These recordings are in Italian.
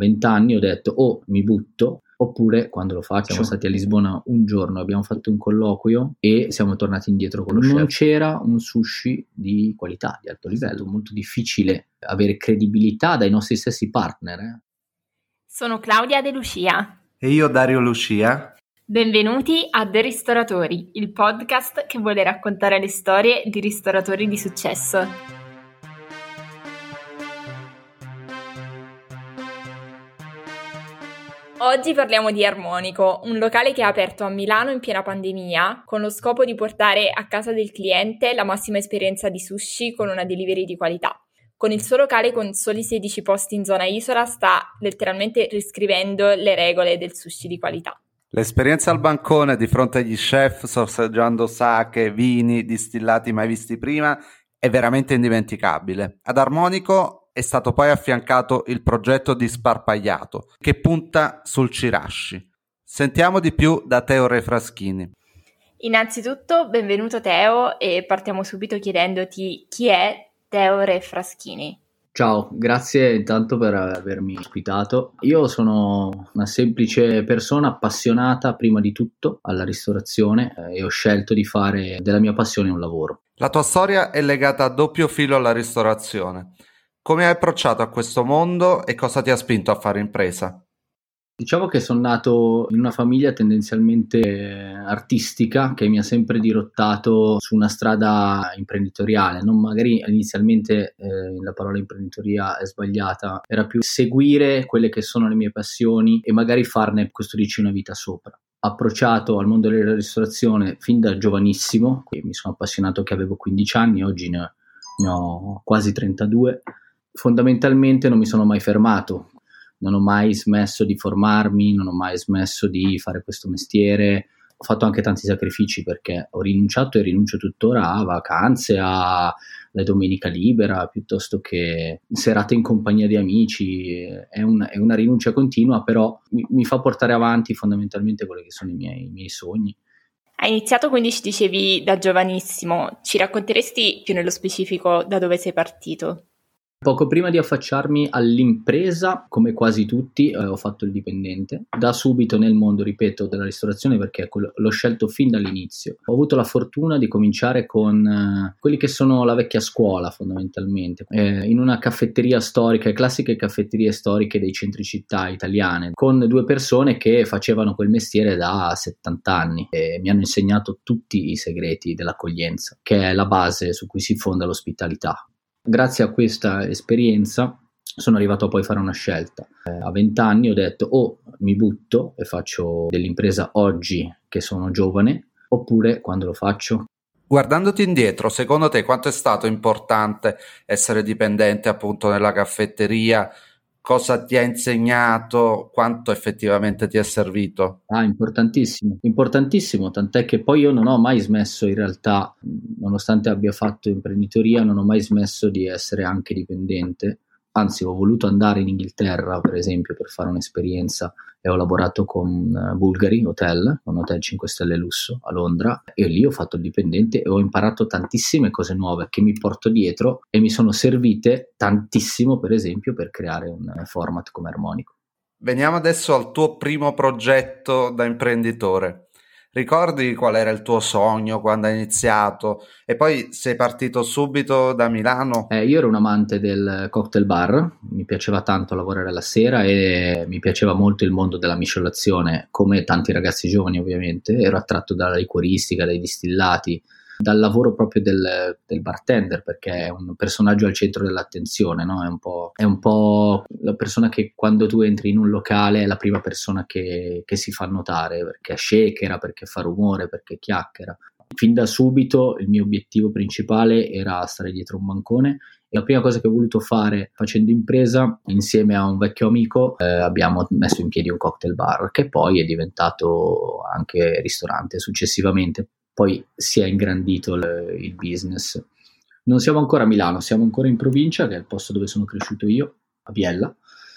a 20 anni ho detto o mi butto oppure quando lo faccio. Siamo stati a Lisbona un giorno, abbiamo fatto un colloquio e siamo tornati indietro con lo chef. Non c'era un sushi di qualità, di alto livello, molto difficile avere credibilità dai nostri stessi partner. Sono Claudia De Lucia. E io Dario Lucia. Benvenuti a The Ristoratori, il podcast che vuole raccontare le storie di ristoratori di successo. Oggi parliamo di Armonico, un locale che ha aperto a Milano in piena pandemia con lo scopo di portare a casa del cliente la massima esperienza di sushi con una delivery di qualità. Con il suo locale con soli 16 posti in zona Isola sta letteralmente riscrivendo le regole del sushi di qualità. L'esperienza al bancone di fronte agli chef sorseggiando sake, vini, distillati mai visti prima è veramente indimenticabile. Ad Armonico è stato poi affiancato il progetto di Sparpagliato, che punta sul Chirashi. Sentiamo di più da Teo Refraschini. Innanzitutto, benvenuto Teo, e partiamo subito chiedendoti chi è Teo Refraschini. Ciao, grazie intanto per avermi ospitato. Io sono una semplice persona appassionata prima di tutto alla ristorazione e ho scelto di fare della mia passione un lavoro. La tua storia è legata a doppio filo alla ristorazione. Come hai approcciato a questo mondo e cosa ti ha spinto a fare impresa? Diciamo che sono nato in una famiglia tendenzialmente artistica che mi ha sempre dirottato su una strada imprenditoriale. Non magari inizialmente la parola imprenditoria è sbagliata, era più seguire quelle che sono le mie passioni e magari costruirci una vita sopra. Approcciato al mondo della ristorazione fin da giovanissimo, mi sono appassionato che avevo 15 anni, oggi ne ho quasi 32. Fondamentalmente non mi sono mai fermato, non ho mai smesso di formarmi, non ho mai smesso di fare questo mestiere. Ho fatto anche tanti sacrifici perché ho rinunciato e rinuncio tuttora a vacanze, alla domenica libera, piuttosto che serate in compagnia di amici. È una rinuncia continua, però mi fa portare avanti fondamentalmente quelli che sono i miei sogni. Hai iniziato, quindi ci dicevi, da giovanissimo. Ci racconteresti più nello specifico da dove sei partito? Poco prima di affacciarmi all'impresa, come quasi tutti, ho fatto il dipendente. Da subito nel mondo, ripeto, della ristorazione, perché l'ho scelto fin dall'inizio. Ho avuto la fortuna di cominciare con quelli che sono la vecchia scuola, fondamentalmente, in una caffetteria storica, classiche caffetterie storiche dei centri città italiane, con due persone che facevano quel mestiere da 70 anni e mi hanno insegnato tutti i segreti dell'accoglienza, che è la base su cui si fonda l'ospitalità. Grazie a questa esperienza sono arrivato a poi fare una scelta. A 20 anni ho detto o mi butto e faccio dell'impresa oggi che sono giovane, oppure quando lo faccio. Guardandoti indietro, secondo te quanto è stato importante essere dipendente appunto nella caffetteria? Cosa ti ha insegnato? Quanto effettivamente ti è servito? Importantissimo, tant'è che poi io non ho mai smesso in realtà, nonostante abbia fatto imprenditoria, non ho mai smesso di essere anche dipendente. Anzi, ho voluto andare in Inghilterra, per esempio, per fare un'esperienza e ho lavorato con Bulgari Hotel, un hotel 5 stelle lusso a Londra, e lì ho fatto il dipendente e ho imparato tantissime cose nuove che mi porto dietro e mi sono servite tantissimo, per esempio, per creare un format come Armonico. Veniamo adesso al tuo primo progetto da imprenditore. Ricordi qual era il tuo sogno quando hai iniziato? E poi sei partito subito da Milano? Io ero un amante del cocktail bar, mi piaceva tanto lavorare la sera e mi piaceva molto il mondo della miscelazione, come tanti ragazzi giovani ovviamente. Ero attratto dalla liquoristica, dai distillati, dal lavoro proprio del bartender, perché è un personaggio al centro dell'attenzione, no? È un po' la persona che quando tu entri in un locale è la prima persona che si fa notare, perché shakera, perché fa rumore, perché chiacchiera. Fin da subito il mio obiettivo principale era stare dietro un bancone e la prima cosa che ho voluto fare facendo impresa insieme a un vecchio amico abbiamo messo in piedi un cocktail bar che poi è diventato anche ristorante successivamente. Poi si è ingrandito il business. Non siamo ancora a Milano, siamo ancora in provincia, che è il posto dove sono cresciuto io, a Biella.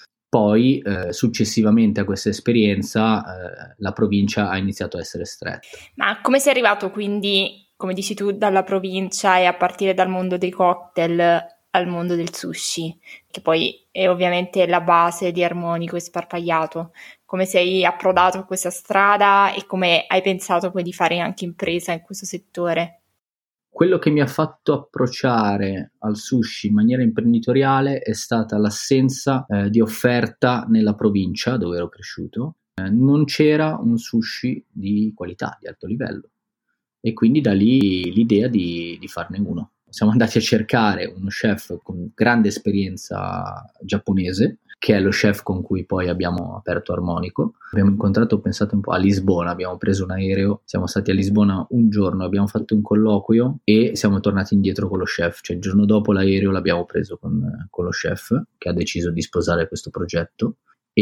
Poi successivamente a questa esperienza la provincia ha iniziato a essere stretta. Ma come sei arrivato quindi, come dici tu, dalla provincia e a partire dal mondo dei cocktail al mondo del sushi, che poi è ovviamente la base di Armonico e Sparpagliato. Come sei approdato a questa strada e come hai pensato poi di fare anche impresa in questo settore? Quello che mi ha fatto approcciare al sushi in maniera imprenditoriale è stata l'assenza di offerta nella provincia dove ero cresciuto. Non c'era un sushi di qualità, di alto livello, e quindi da lì l'idea di farne uno. Siamo andati a cercare uno chef con grande esperienza giapponese, che è lo chef con cui poi abbiamo aperto Armonico. Abbiamo incontrato, pensate un po', a Lisbona, abbiamo preso un aereo, siamo stati a Lisbona un giorno, abbiamo fatto un colloquio e siamo tornati indietro con lo chef, cioè il giorno dopo l'aereo l'abbiamo preso con lo chef che ha deciso di sposare questo progetto,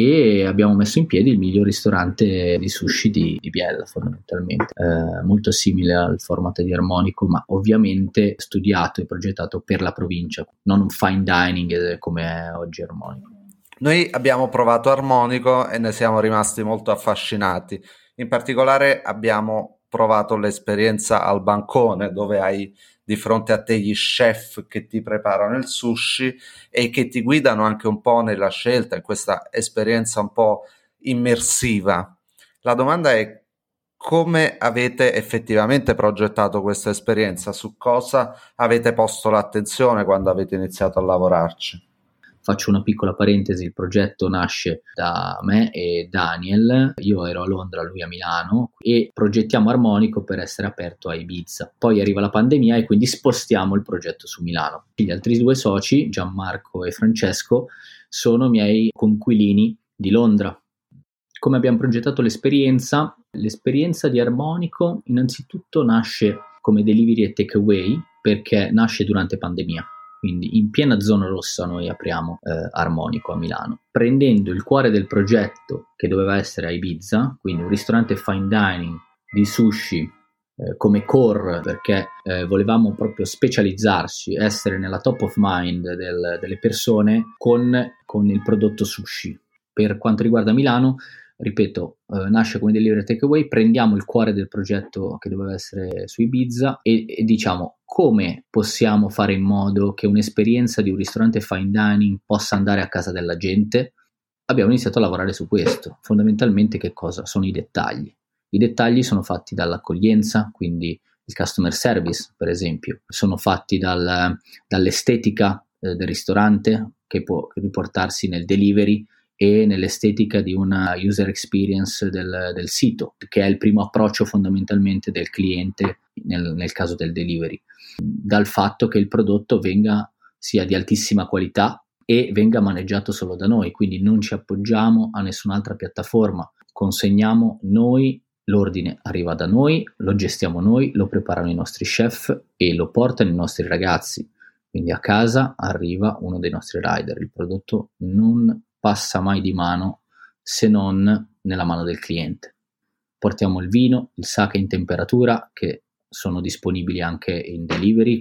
e abbiamo messo in piedi il miglior ristorante di sushi di Biella, fondamentalmente, molto simile al format di Armonico, ma ovviamente studiato e progettato per la provincia, non un fine dining come è oggi Armonico. Noi abbiamo provato Armonico e ne siamo rimasti molto affascinati. In particolare abbiamo provato l'esperienza al bancone, dove hai di fronte a te gli chef che ti preparano il sushi e che ti guidano anche un po' nella scelta, in questa esperienza un po' immersiva. La domanda è: come avete effettivamente progettato questa esperienza? Su cosa avete posto l'attenzione quando avete iniziato a lavorarci? Faccio una piccola parentesi, il progetto nasce da me e Daniel, io ero a Londra, lui a Milano, e progettiamo Armonico per essere aperto a Ibiza. Poi arriva la pandemia e quindi spostiamo il progetto su Milano. Gli altri due soci, Gianmarco e Francesco, sono miei coinquilini di Londra. Come abbiamo progettato l'esperienza? L'esperienza di Armonico innanzitutto nasce come delivery e takeaway perché nasce durante pandemia. Quindi in piena zona rossa noi apriamo Armonico a Milano, prendendo il cuore del progetto che doveva essere a Ibiza, quindi un ristorante fine dining di sushi come core, perché volevamo proprio specializzarci, essere nella top of mind delle persone con il prodotto sushi. Per quanto riguarda Milano, ripeto, nasce come delivery takeaway, prendiamo il cuore del progetto che doveva essere su Ibiza e diciamo come possiamo fare in modo che un'esperienza di un ristorante fine dining possa andare a casa della gente. Abbiamo iniziato a lavorare su questo. Fondamentalmente che cosa? Sono i dettagli. I dettagli sono fatti dall'accoglienza, quindi il customer service per esempio, sono fatti dall'estetica del ristorante che può riportarsi nel delivery e nell'estetica di una user experience del sito, che è il primo approccio fondamentalmente del cliente nel caso del delivery, dal fatto che il prodotto sia di altissima qualità e venga maneggiato solo da noi, quindi non ci appoggiamo a nessun'altra piattaforma, consegniamo noi, l'ordine arriva da noi, lo gestiamo noi, lo preparano i nostri chef e lo portano i nostri ragazzi, quindi a casa arriva uno dei nostri rider, il prodotto non passa mai di mano se non nella mano del cliente. Portiamo il vino, il sake in temperatura che sono disponibili anche in delivery.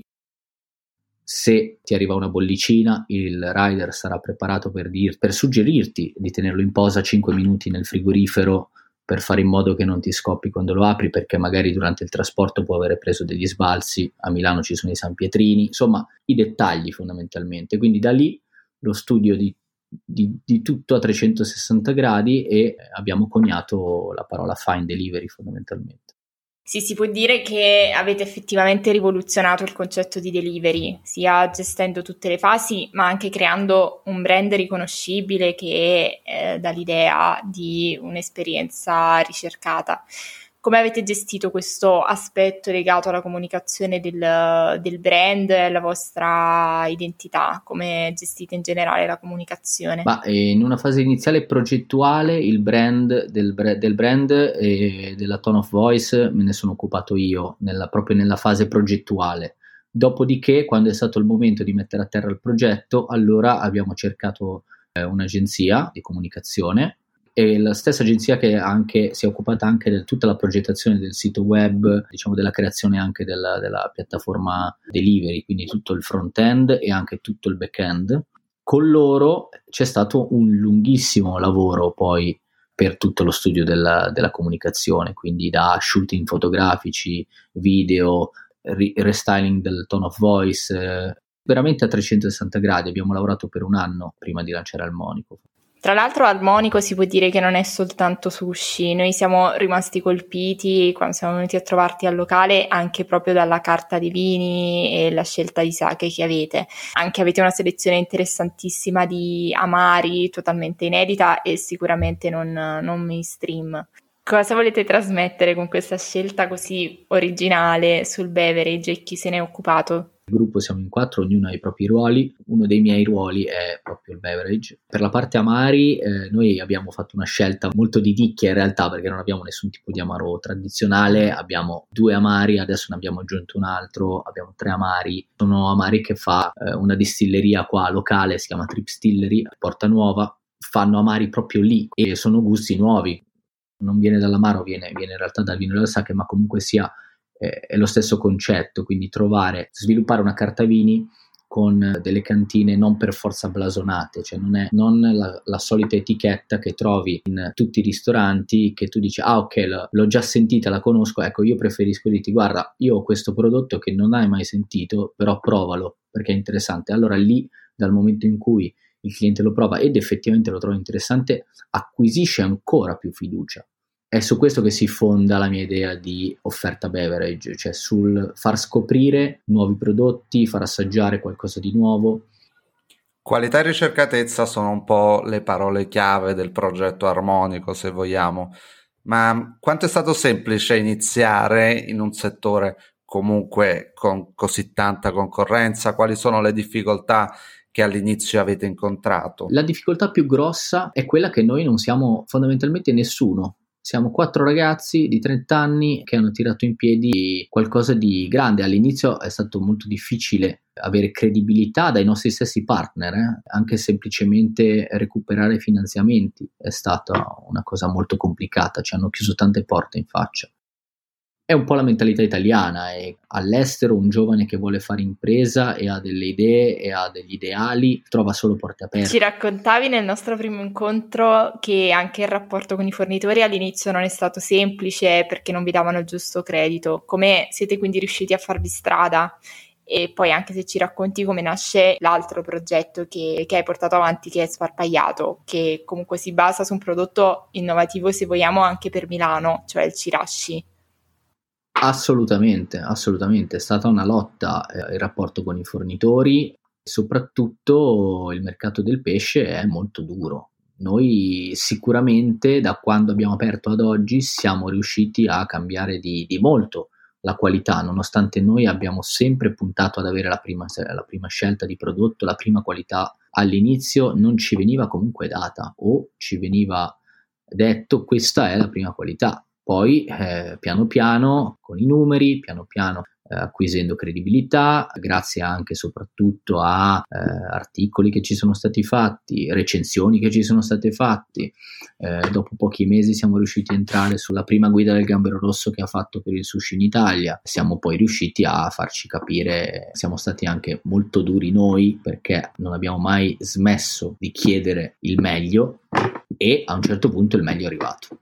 Se ti arriva una bollicina, il rider sarà preparato per suggerirti di tenerlo in posa 5 minuti nel frigorifero per fare in modo che non ti scoppi quando lo apri, perché magari durante il trasporto può avere preso degli sbalzi. A Milano ci sono i San Pietrini, insomma i dettagli fondamentalmente. Quindi da lì lo studio di tutto a 360 gradi e abbiamo coniato la parola fine delivery fondamentalmente. Sì, si può dire che avete effettivamente rivoluzionato il concetto di delivery, sia gestendo tutte le fasi, ma anche creando un brand riconoscibile che dà l'idea di un'esperienza ricercata. Come avete gestito questo aspetto legato alla comunicazione del brand e alla vostra identità? Come gestite in generale la comunicazione? In una fase iniziale progettuale il brand del brand e della tone of voice me ne sono occupato io, proprio nella fase progettuale. Dopodiché, quando è stato il momento di mettere a terra il progetto, allora abbiamo cercato un'agenzia di comunicazione, e la stessa agenzia che si è occupata anche di tutta la progettazione del sito web, diciamo della creazione anche della piattaforma delivery, quindi tutto il front-end e anche tutto il back-end. Con loro c'è stato un lunghissimo lavoro poi per tutto lo studio della comunicazione, quindi da shooting fotografici, video, restyling del tone of voice, veramente a 360 gradi, abbiamo lavorato per un anno prima di lanciare Armonico. Tra l'altro Armonico si può dire che non è soltanto sushi, noi siamo rimasti colpiti quando siamo venuti a trovarti al locale anche proprio dalla carta dei vini e la scelta di sake che avete. Anche avete una selezione interessantissima di amari, totalmente inedita e sicuramente non mainstream. Cosa volete trasmettere con questa scelta così originale sul beverage e chi se ne è occupato? Il gruppo siamo in 4, ognuno ha i propri ruoli. Uno dei miei ruoli è proprio il beverage. Per la parte amari noi abbiamo fatto una scelta molto di nicchia in realtà, perché non abbiamo nessun tipo di amaro tradizionale. Abbiamo 2 amari, adesso ne abbiamo aggiunto un altro, abbiamo 3 amari. Sono amari che fa una distilleria qua locale, si chiama Trip Distillery, Porta Nuova. Fanno amari proprio lì e sono gusti nuovi. Non viene dall'amaro, viene in realtà dal vino e dal sake, ma comunque sia è lo stesso concetto, quindi sviluppare una carta vini con delle cantine non per forza blasonate, cioè non la solita etichetta che trovi in tutti i ristoranti che tu dici ok, l'ho già sentita, la conosco. Ecco, io preferisco dirti guarda, io ho questo prodotto che non hai mai sentito, però provalo perché è interessante. Allora lì, dal momento in cui il cliente lo prova ed effettivamente lo trova interessante, acquisisce ancora più fiducia. È su questo che si fonda la mia idea di offerta beverage, cioè sul far scoprire nuovi prodotti, far assaggiare qualcosa di nuovo. Qualità e ricercatezza sono un po' le parole chiave del progetto Armonico, se vogliamo, ma quanto è stato semplice iniziare in un settore comunque con così tanta concorrenza? Quali sono le difficoltà che all'inizio avete incontrato? La difficoltà più grossa è quella che noi non siamo fondamentalmente nessuno. Siamo 4 ragazzi di 30 anni che hanno tirato in piedi qualcosa di grande. All'inizio è stato molto difficile avere credibilità dai nostri stessi partner, anche semplicemente recuperare finanziamenti è stata una cosa molto complicata, ci hanno chiuso tante porte in faccia. È un po' la mentalità italiana, e all'estero un giovane che vuole fare impresa e ha delle idee e ha degli ideali trova solo porte aperte. Ci raccontavi nel nostro primo incontro che anche il rapporto con i fornitori all'inizio non è stato semplice perché non vi davano il giusto credito. Come siete quindi riusciti a farvi strada? E poi anche se ci racconti come nasce l'altro progetto che hai portato avanti, che è Sparpagliato, che comunque si basa su un prodotto innovativo, se vogliamo, anche per Milano, cioè il Chirashi. Assolutamente, è stata una lotta il rapporto con i fornitori, soprattutto il mercato del pesce è molto duro. Noi sicuramente da quando abbiamo aperto ad oggi siamo riusciti a cambiare di molto la qualità, nonostante noi abbiamo sempre puntato ad avere la prima scelta di prodotto, la prima qualità. All'inizio non ci veniva comunque data o ci veniva detto questa è la prima qualità. Poi piano piano con i numeri, piano piano acquisendo credibilità, grazie anche soprattutto a articoli che ci sono stati fatti, recensioni che ci sono state fatte. Dopo pochi mesi siamo riusciti a entrare sulla prima guida del Gambero Rosso che ha fatto per il sushi in Italia. Siamo poi riusciti a farci capire, siamo stati anche molto duri noi perché non abbiamo mai smesso di chiedere il meglio e a un certo punto il meglio è arrivato.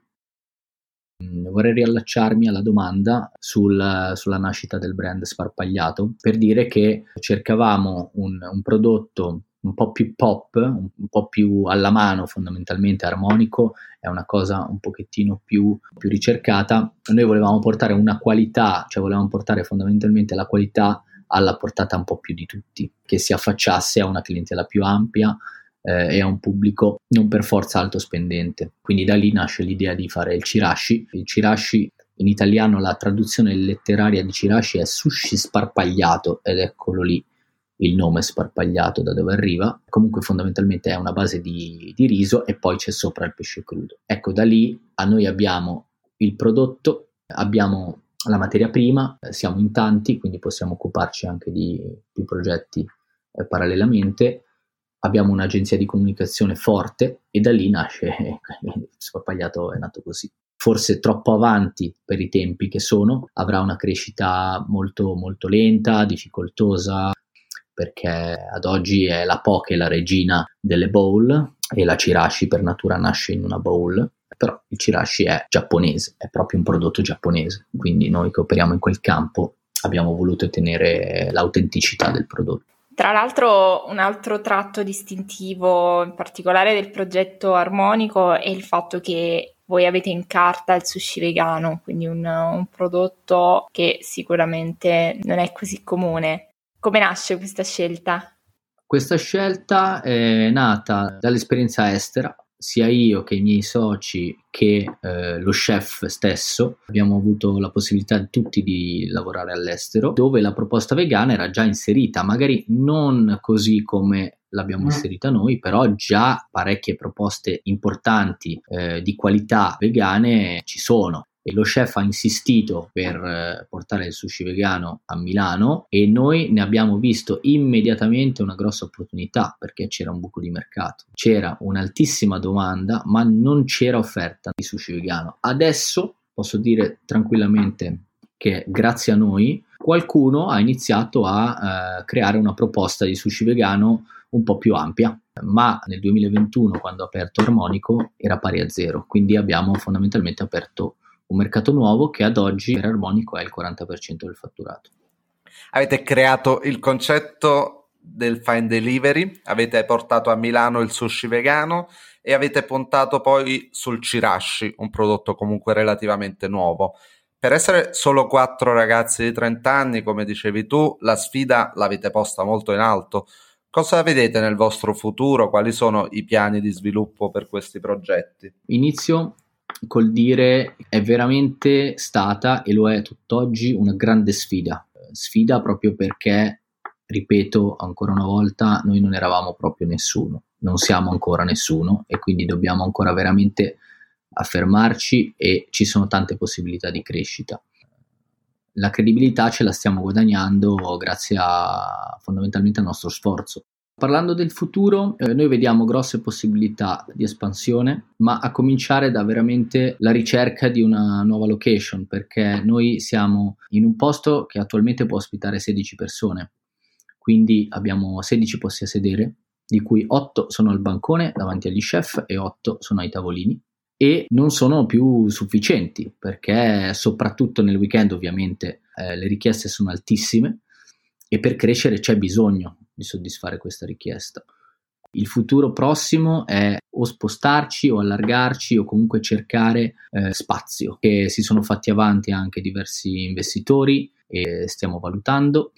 Vorrei riallacciarmi alla domanda sulla nascita del brand Sparpagliato per dire che cercavamo un prodotto un po' più pop, un po' più alla mano, fondamentalmente armonico, è una cosa un pochettino più ricercata. Noi volevamo portare una qualità, cioè volevamo portare fondamentalmente la qualità alla portata un po' più di tutti, che si affacciasse a una clientela più ampia e a un pubblico non per forza alto spendente. Quindi da lì nasce l'idea di fare il Chirashi. Il Chirashi in italiano, la traduzione letteraria di Chirashi è sushi sparpagliato, ed eccolo lì il nome Sparpagliato da dove arriva. Comunque fondamentalmente è una base di riso e poi c'è sopra il pesce crudo. Ecco, da lì a noi abbiamo il prodotto, abbiamo la materia prima, siamo in tanti, quindi possiamo occuparci anche di più progetti parallelamente. Abbiamo un'agenzia di comunicazione forte e da lì nasce Sparpagliato, è nato così. Forse troppo avanti per i tempi che sono, avrà una crescita molto molto lenta, difficoltosa, perché ad oggi è la Poke la regina delle bowl e la Chirashi per natura nasce in una bowl, però il Chirashi è giapponese, è proprio un prodotto giapponese, quindi noi che operiamo in quel campo abbiamo voluto tenere l'autenticità del prodotto. Tra l'altro un altro tratto distintivo in particolare del progetto Armonico è il fatto che voi avete in carta il sushi vegano, quindi un prodotto che sicuramente non è così comune. Come nasce questa scelta? Questa scelta è nata dall'esperienza estera. Sia io che i miei soci che lo chef stesso abbiamo avuto la possibilità tutti di lavorare all'estero, dove la proposta vegana era già inserita, magari non così come l'abbiamo inserita noi, però già parecchie proposte importanti di qualità vegane ci sono. E lo chef ha insistito per portare il sushi vegano a Milano e noi ne abbiamo visto immediatamente una grossa opportunità, perché c'era un buco di mercato, c'era un'altissima domanda ma non c'era offerta di sushi vegano. Adesso posso dire tranquillamente che grazie a noi qualcuno ha iniziato a creare una proposta di sushi vegano un po' più ampia, ma nel 2021, quando ho aperto Armonico, era pari a zero, quindi abbiamo fondamentalmente aperto un mercato nuovo che ad oggi per Armonico è il 40% del fatturato. Avete creato il concetto del fine delivery, avete portato a Milano il sushi vegano e avete puntato poi sul chirashi, un prodotto comunque relativamente nuovo. Per essere solo 4 ragazzi di 30 anni, come dicevi tu, la sfida l'avete posta molto in alto. Cosa vedete nel vostro futuro? Quali sono i piani di sviluppo per questi progetti? Inizio col dire è veramente stata e lo è tutt'oggi una grande sfida proprio perché, ripeto ancora una volta, noi non eravamo proprio nessuno, non siamo ancora nessuno e quindi dobbiamo ancora veramente affermarci e ci sono tante possibilità di crescita. La credibilità ce la stiamo guadagnando grazie fondamentalmente al nostro sforzo. Parlando del futuro, noi vediamo grosse possibilità di espansione, ma a cominciare da veramente la ricerca di una nuova location, perché noi siamo in un posto che attualmente può ospitare 16 persone, quindi abbiamo 16 posti a sedere, di cui 8 sono al bancone davanti agli chef e 8 sono ai tavolini, e non sono più sufficienti, perché soprattutto nel weekend ovviamente le richieste sono altissime e per crescere c'è bisogno di soddisfare questa richiesta. Il futuro prossimo è o spostarci o allargarci o comunque cercare spazio, che si sono fatti avanti anche diversi investitori e stiamo valutando.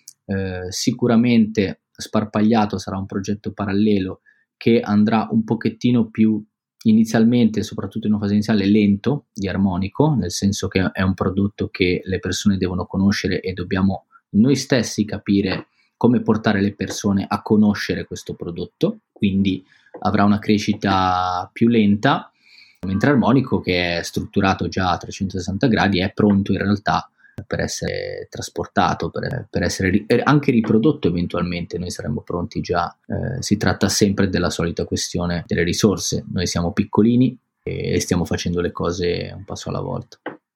Sicuramente Sparpagliato sarà un progetto parallelo che andrà un pochettino più inizialmente, soprattutto in una fase iniziale, lento di Armonico, nel senso che è un prodotto che le persone devono conoscere e dobbiamo noi stessi capire come portare le persone a conoscere questo prodotto, quindi avrà una crescita più lenta, mentre Armonico, che è strutturato già a 360 gradi, è pronto in realtà per essere trasportato, per essere anche riprodotto eventualmente. Noi saremmo pronti già, si tratta sempre della solita questione delle risorse, noi siamo piccolini e stiamo facendo le cose un passo alla volta.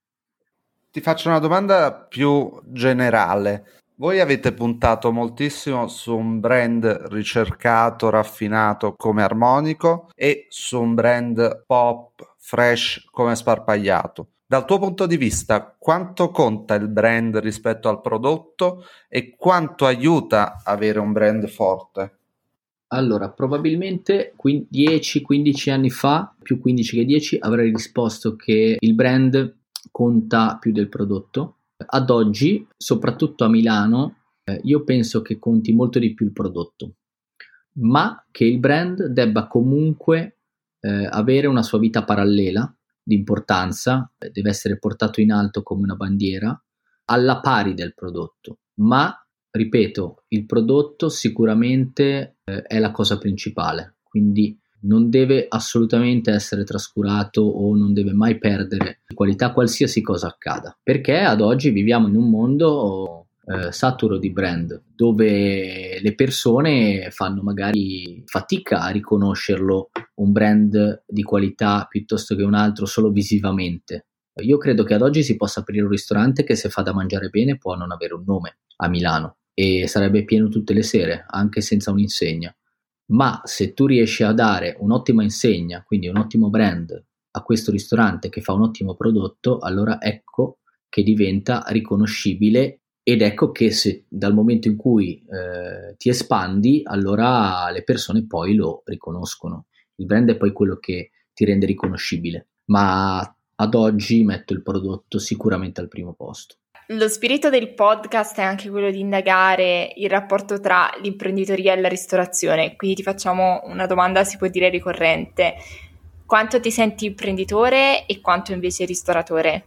Ti faccio una domanda più generale. Voi avete puntato moltissimo su un brand ricercato, raffinato come Armonico e su un brand pop, fresh come Sparpagliato. Dal tuo punto di vista, quanto conta il brand rispetto al prodotto e quanto aiuta avere un brand forte? Allora, probabilmente 10-15 anni fa, più 15 che 10, avrei risposto che il brand conta più del prodotto. Ad oggi, soprattutto a Milano, io penso che conti molto di più il prodotto, ma che il brand debba comunque avere una sua vita parallela di importanza, deve essere portato in alto come una bandiera, alla pari del prodotto. Ma, ripeto, il prodotto sicuramente è la cosa principale, quindi non deve assolutamente essere trascurato o non deve mai perdere di qualità qualsiasi cosa accada, perché ad oggi viviamo in un mondo saturo di brand, dove le persone fanno magari fatica a riconoscerlo un brand di qualità piuttosto che un altro solo visivamente. Io credo che ad oggi si possa aprire un ristorante che, se fa da mangiare bene, può non avere un nome a Milano e sarebbe pieno tutte le sere, anche senza un'insegna. Ma se tu riesci a dare un'ottima insegna, quindi un ottimo brand a questo ristorante che fa un ottimo prodotto, allora ecco che diventa riconoscibile Ed ecco che se dal momento in cui ti espandi, allora le persone poi lo riconoscono. Il brand è poi quello che ti rende riconoscibile, ma ad oggi metto il prodotto sicuramente al primo posto. Lo spirito del podcast è anche quello di indagare il rapporto tra l'imprenditoria e la ristorazione, quindi ti facciamo una domanda, si può dire ricorrente. Quanto ti senti imprenditore e quanto invece ristoratore?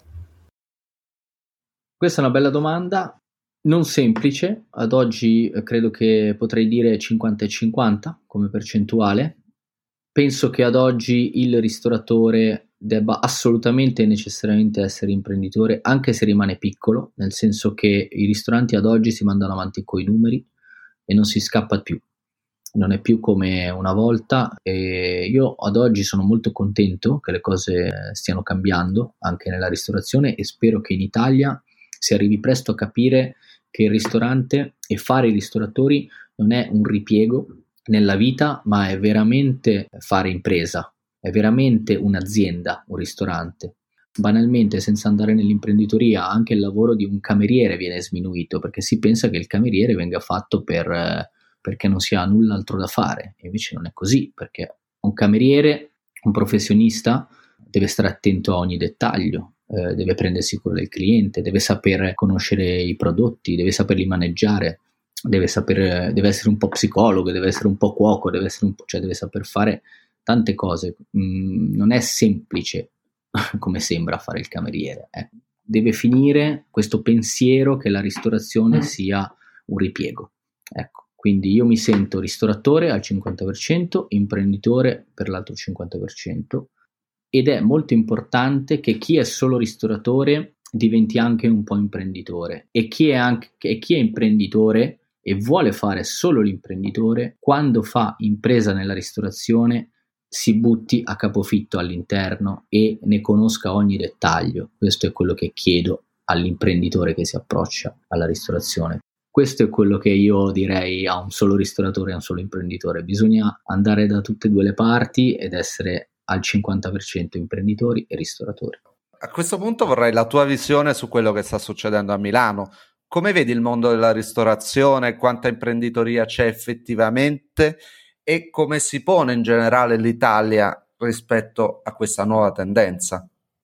Questa è una bella domanda, non semplice, ad oggi credo che potrei dire 50 e 50 come percentuale. Penso che ad oggi il ristoratore debba assolutamente e necessariamente essere imprenditore, anche se rimane piccolo, nel senso che i ristoranti ad oggi si mandano avanti coi numeri e non si scappa più. Non è più come una volta, e io ad oggi sono molto contento che le cose stiano cambiando anche nella ristorazione, e spero che in Italia si arrivi presto a capire che il ristorante e fare i ristoratori non è un ripiego nella vita, ma è veramente fare impresa, è veramente un'azienda, un ristorante. Banalmente, senza andare nell'imprenditoria, anche il lavoro di un cameriere viene sminuito, perché si pensa che il cameriere venga fatto perché non si ha null'altro da fare, e invece non è così, perché un cameriere, un professionista, deve stare attento a ogni dettaglio, deve prendersi cura del cliente, deve saper conoscere i prodotti, deve saperli maneggiare, deve essere un po' psicologo, deve essere un po' cuoco, deve saper fare tante cose. Non è semplice come sembra fare il cameriere. Deve finire questo pensiero che la ristorazione sia un ripiego. Ecco, quindi io mi sento ristoratore al 50%, imprenditore per l'altro 50%, ed è molto importante che chi è solo ristoratore diventi anche un po' imprenditore, e chi è imprenditore e vuole fare solo l'imprenditore, quando fa impresa nella ristorazione si butti a capofitto all'interno e ne conosca ogni dettaglio. Questo è quello che chiedo all'imprenditore che si approccia alla ristorazione. Questo è quello che io direi a un solo ristoratore e a un solo imprenditore: bisogna andare da tutte e due le parti ed essere al 50% imprenditori e ristoratori. A questo punto vorrei la tua visione su quello che sta succedendo a Milano. Come vedi il mondo della ristorazione? Quanta imprenditoria c'è effettivamente? E come si pone in generale l'Italia rispetto a questa nuova tendenza?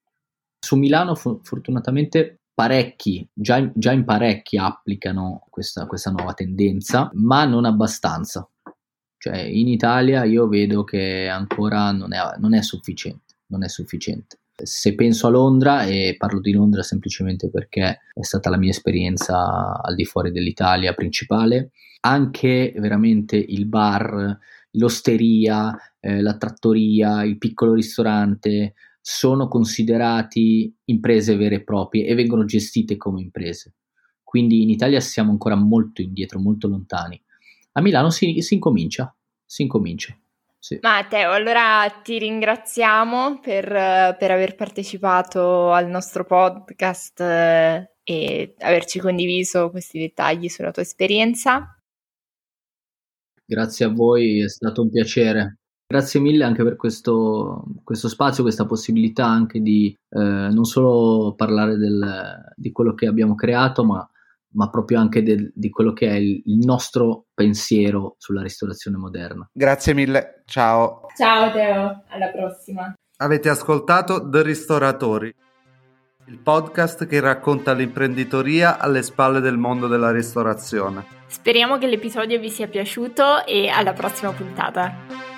Su Milano fortunatamente già in parecchi applicano questa nuova tendenza, ma non abbastanza. Cioè in Italia io vedo che ancora non è sufficiente. Se penso a Londra, e parlo di Londra semplicemente perché è stata la mia esperienza al di fuori dell'Italia principale, anche veramente il bar, l'osteria, la trattoria, il piccolo ristorante sono considerati imprese vere e proprie e vengono gestite come imprese. Quindi in Italia siamo ancora molto indietro, molto lontani. A Milano si incomincia. Sì. Matteo, allora ti ringraziamo per aver partecipato al nostro podcast e averci condiviso questi dettagli sulla tua esperienza. Grazie a voi, è stato un piacere. Grazie mille anche per questo spazio, questa possibilità anche di non solo parlare di quello che abbiamo creato, ma proprio anche di quello che è il nostro pensiero sulla ristorazione moderna. Grazie mille, ciao. Ciao Teo, alla prossima. Avete ascoltato The Ristoratori, il podcast che racconta l'imprenditoria alle spalle del mondo della ristorazione. Speriamo che l'episodio vi sia piaciuto e alla prossima puntata.